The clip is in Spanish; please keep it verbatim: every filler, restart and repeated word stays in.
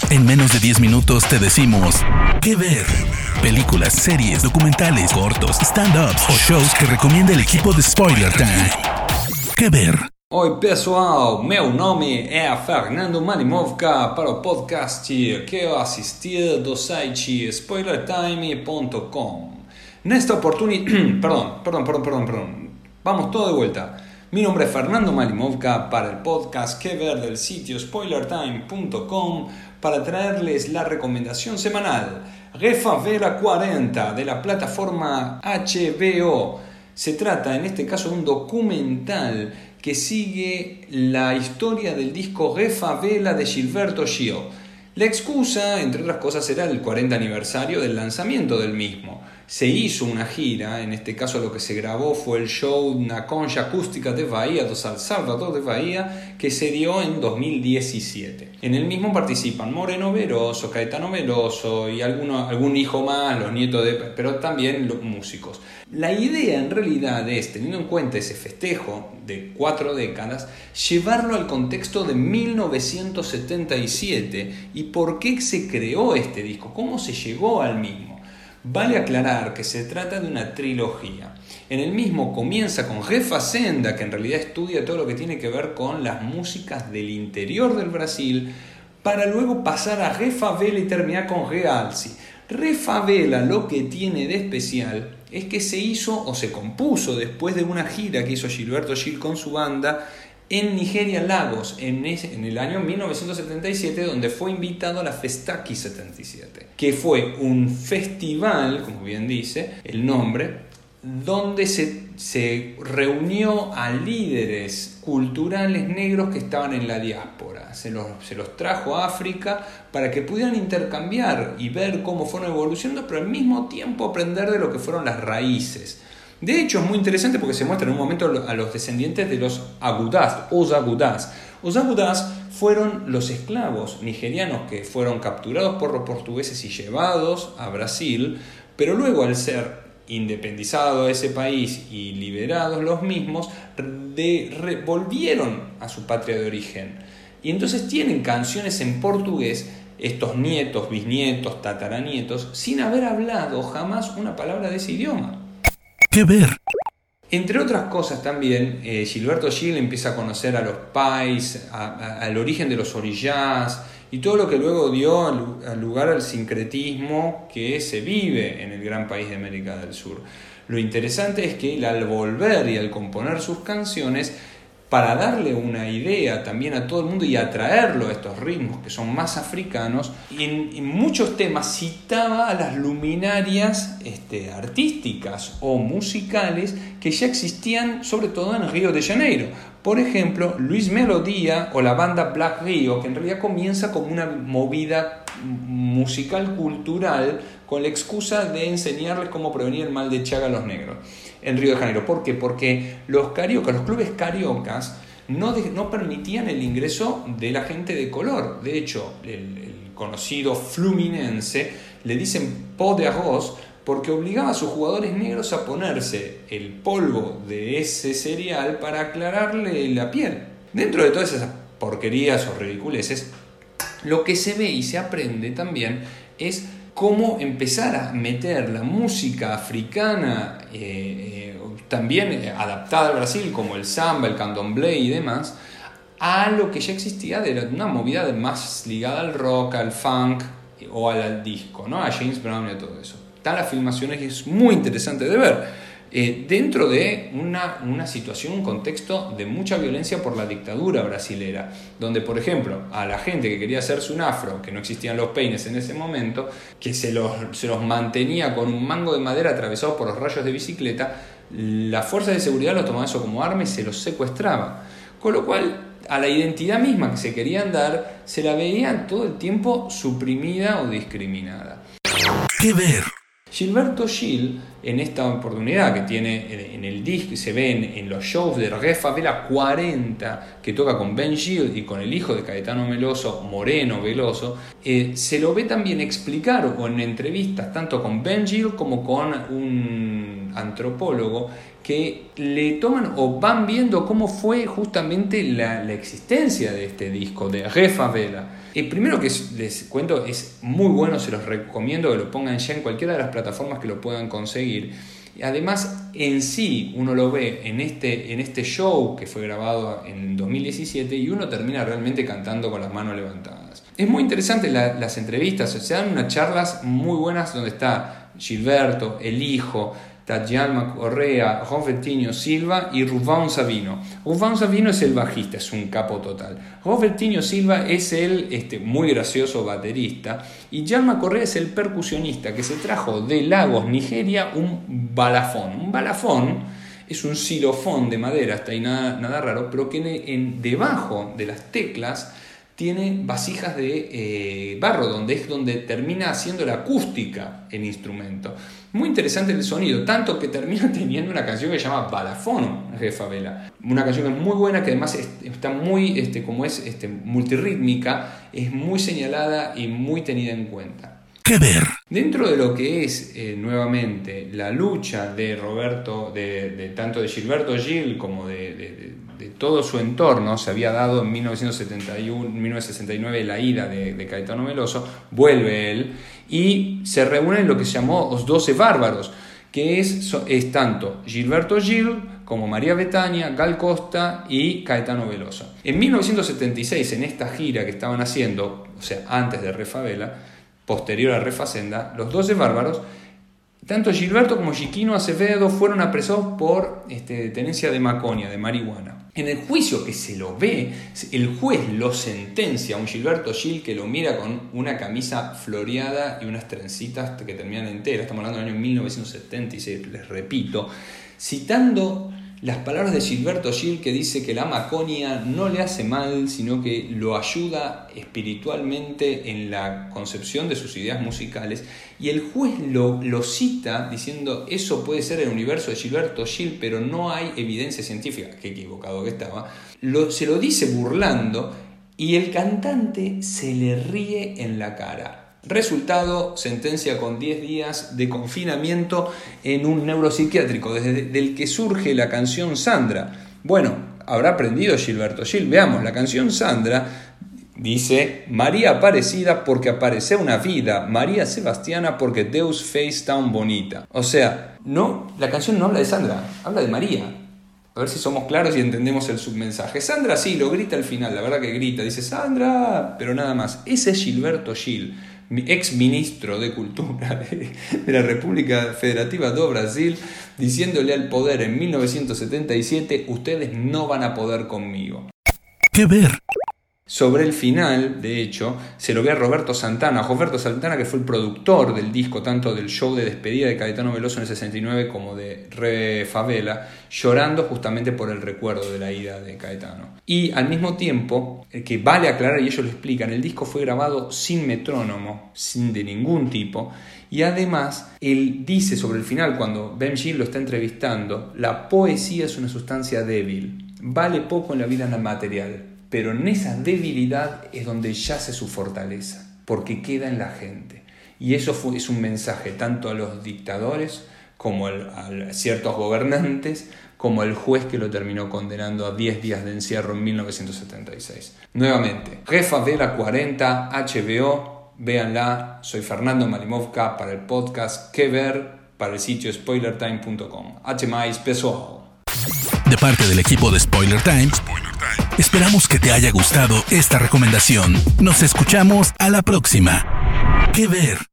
En menos de diez minutos te decimos qué ver. Películas, series, documentales, cortos, stand-ups o shows que recomienda el equipo de Spoiler Time. ¿Qué ver? Oi pessoal, meu nome é Fernando Marimovka para o podcast que eu assisti do site spoiler time ponto com. Nesta oportunidad, perdón, perdón, perdón, perdón, perdón, vamos todo de vuelta. Mi nombre es Fernando Marimovka para el podcast Que Ver del sitio spoiler time punto com para traerles la recomendación semanal Refavela cuarenta de la plataforma H B O. Se trata en este caso de un documental que sigue la historia del disco Refavela de Gilberto Gil. La excusa, entre otras cosas, era el cuarenta aniversario del lanzamiento del mismo. Se hizo una gira, en este caso lo que se grabó fue el show Na Concha Acústica de Bahía, do Salvador de Bahía, que se dio en dos mil diecisiete. En el mismo participan Moreno Veloso, Caetano Veloso y alguno, algún hijo más, los nietos de... pero también los músicos. La idea en realidad es, teniendo en cuenta ese festejo de cuatro décadas, llevarlo al contexto de mil novecientos setenta y siete y por qué se creó este disco, cómo se llegó al mismo. Vale aclarar que se trata de una trilogía. En el mismo comienza con Refazenda, que en realidad estudia todo lo que tiene que ver con las músicas del interior del Brasil, para luego pasar a Refavela y terminar con Realce. Refavela lo que tiene de especial es que se hizo o se compuso después de una gira que hizo Gilberto Gil con su banda en Nigeria, Lagos, en, ese, en el año mil novecientos setenta y siete, donde fue invitado a la Festaki setenta y siete, que fue un festival, como bien dice el nombre, donde se, se reunió a líderes culturales negros que estaban en la diáspora. Se los, se los trajo a África para que pudieran intercambiar y ver cómo fueron evolucionando, pero al mismo tiempo aprender de lo que fueron las raíces. De hecho, es muy interesante porque se muestra en un momento a los descendientes de los agudás, os agudás. Os agudás fueron los esclavos nigerianos que fueron capturados por los portugueses y llevados a Brasil, pero luego al ser independizado ese país y liberados los mismos, de, re, volvieron a su patria de origen. Y entonces tienen canciones en portugués, estos nietos, bisnietos, tataranietos, sin haber hablado jamás una palabra de ese idioma. ¿Qué ver? Entre otras cosas también, eh, Gilberto Gil empieza a conocer a los pais, a, a, al origen de los orillás y todo lo que luego dio al lugar al sincretismo que se vive en el gran país de América del Sur. Lo interesante es que él, al volver y al componer sus canciones, para darle una idea también a todo el mundo y atraerlo a estos ritmos que son más africanos, en, en muchos temas citaba a las luminarias este, artísticas o musicales que ya existían, sobre todo en Río de Janeiro. Por ejemplo, Luis Melodía o la banda Black Rio, que en realidad comienza como una movida musical cultural con la excusa de enseñarles cómo prevenir el mal de Chaga a los negros en Río de Janeiro. ¿Por qué? Porque los cariocas, los clubes cariocas no, de, no permitían el ingreso de la gente de color. De hecho, el, el conocido Fluminense le dicen po de arroz porque obligaba a sus jugadores negros a ponerse el polvo de ese cereal para aclararle la piel. Dentro de todas esas porquerías o ridiculeces, lo que se ve y se aprende también es cómo empezar a meter la música africana, eh, eh, también adaptada al Brasil, como el samba, el candomblé y demás, a lo que ya existía de una movida más ligada al rock, al funk o al, al disco, ¿no? A James Brown y a todo eso. Están las filmaciones y es muy interesante de ver. Eh, dentro de una, una situación, un contexto de mucha violencia por la dictadura brasilera, donde, por ejemplo, a la gente que quería hacerse un afro, que no existían los peines en ese momento, que se los, se los mantenía con un mango de madera atravesado por los rayos de bicicleta, la fuerza de seguridad lo tomaba eso como arma y se los secuestraba. Con lo cual, a la identidad misma que se querían dar, se la veía todo el tiempo suprimida o discriminada. ¿Qué ver? Gilberto Gil, en esta oportunidad que tiene en el disco, se ve en, en los shows de Refavela cuarenta, que toca con Ben Gil y con el hijo de Caetano Veloso, Moreno Veloso, eh, se lo ve también explicar o en entrevistas tanto con Ben Gil como con un antropólogo, que le toman o van viendo cómo fue justamente la, la existencia de este disco, de Re Favela. El primero que les cuento es muy bueno, se los recomiendo que lo pongan ya en cualquiera de las plataformas que lo puedan conseguir. Además, en sí, uno lo ve en este, en este show que fue grabado en dos mil diecisiete y uno termina realmente cantando con las manos levantadas. Es muy interesante la, las entrevistas, se dan unas charlas muy buenas donde está Gilberto, el hijo, Djalma Correa, Robertinho Silva y Rubão Sabino. Rubão Sabino es el bajista, es un capo total. Robertinho Silva es el este, muy gracioso baterista. Y Djalma Correa es el percusionista que se trajo de Lagos, Nigeria, un balafón. Un balafón es un xilofón de madera, hasta ahí nada, nada raro, pero que en, en, debajo de las teclas tiene vasijas de eh, barro, donde es donde termina haciendo la acústica el instrumento. Muy interesante el sonido, tanto que termina teniendo una canción que se llama Balafón de Favela. Una canción que es muy buena, que además está muy, este, como es este, multirrítmica, es muy señalada y muy tenida en cuenta. ¿Qué ver? Dentro de lo que es eh, nuevamente la lucha de Roberto, de, de tanto de Gilberto Gil como de, de, de, de todo su entorno, se había dado en mil novecientos setenta y uno, mil novecientos sesenta y nueve la ida de, de Caetano Veloso, vuelve él y se reúnen lo que se llamó Os Doce Bárbaros, que es, es tanto Gilberto Gil como María Bethânia, Gal Costa y Caetano Veloso. En mil novecientos setenta y seis, en esta gira que estaban haciendo, o sea, antes de Re Favela, posterior a Re Facenda, los Doce Bárbaros, tanto Gilberto como Chiquino Acevedo fueron apresados por este, tenencia de maconia, de marihuana. En el juicio que se lo ve, el juez lo sentencia a un Gilberto Gil que lo mira con una camisa floreada y unas trencitas que terminan enteras. Estamos hablando del año mil novecientos setenta y seis, les repito, citando las palabras de Gilberto Gil, que dice que la maconia no le hace mal, sino que lo ayuda espiritualmente en la concepción de sus ideas musicales. Y el juez lo, lo cita diciendo, eso puede ser el universo de Gilberto Gil, pero no hay evidencia científica. Qué equivocado que estaba. Lo, se lo dice burlando y el cantante se le ríe en la cara. Resultado, sentencia con diez días de confinamiento en un neuropsiquiátrico, desde el que surge la canción Sandra. Bueno, habrá aprendido Gilberto Gil. Veamos, la canción Sandra dice: María Aparecida porque aparece una vida, María Sebastiana porque Deus fez tan bonita. O sea, no, la canción no habla de Sandra, habla de María. A ver si somos claros y entendemos el submensaje. Sandra sí, lo grita al final, la verdad que grita, dice Sandra, pero nada más. Ese es Gilberto Gil, ex ministro de Cultura de, de la República Federativa do Brasil, diciéndole al poder en mil novecientos setenta y siete, ustedes no van a poder conmigo. ¿Qué ver? Sobre el final, de hecho, se lo ve a Roberto Santana, Roberto Santana, que fue el productor del disco, tanto del show de despedida de Caetano Veloso en el sesenta y nueve como de Re Favela, llorando justamente por el recuerdo de la ida de Caetano. Y al mismo tiempo, que vale aclarar, y ellos lo explican, el disco fue grabado sin metrónomo, sin de ningún tipo, y además, él dice sobre el final, cuando Ben Gil lo está entrevistando, la poesía es una sustancia débil, vale poco en la vida material, pero en esa debilidad es donde yace su fortaleza, porque queda en la gente. Y eso fue, es un mensaje tanto a los dictadores como al, a ciertos gobernantes, como al juez que lo terminó condenando a diez días de encierro en mil novecientos setenta y seis. Nuevamente, Re Favela cuarenta, H B O, véanla. Soy Fernando Malimovka para el podcast Que Ver, para el sitio spoiler time punto com. H más pessoal. De parte del equipo de Spoiler Time, esperamos que te haya gustado esta recomendación. Nos escuchamos a la próxima. ¿Qué ver?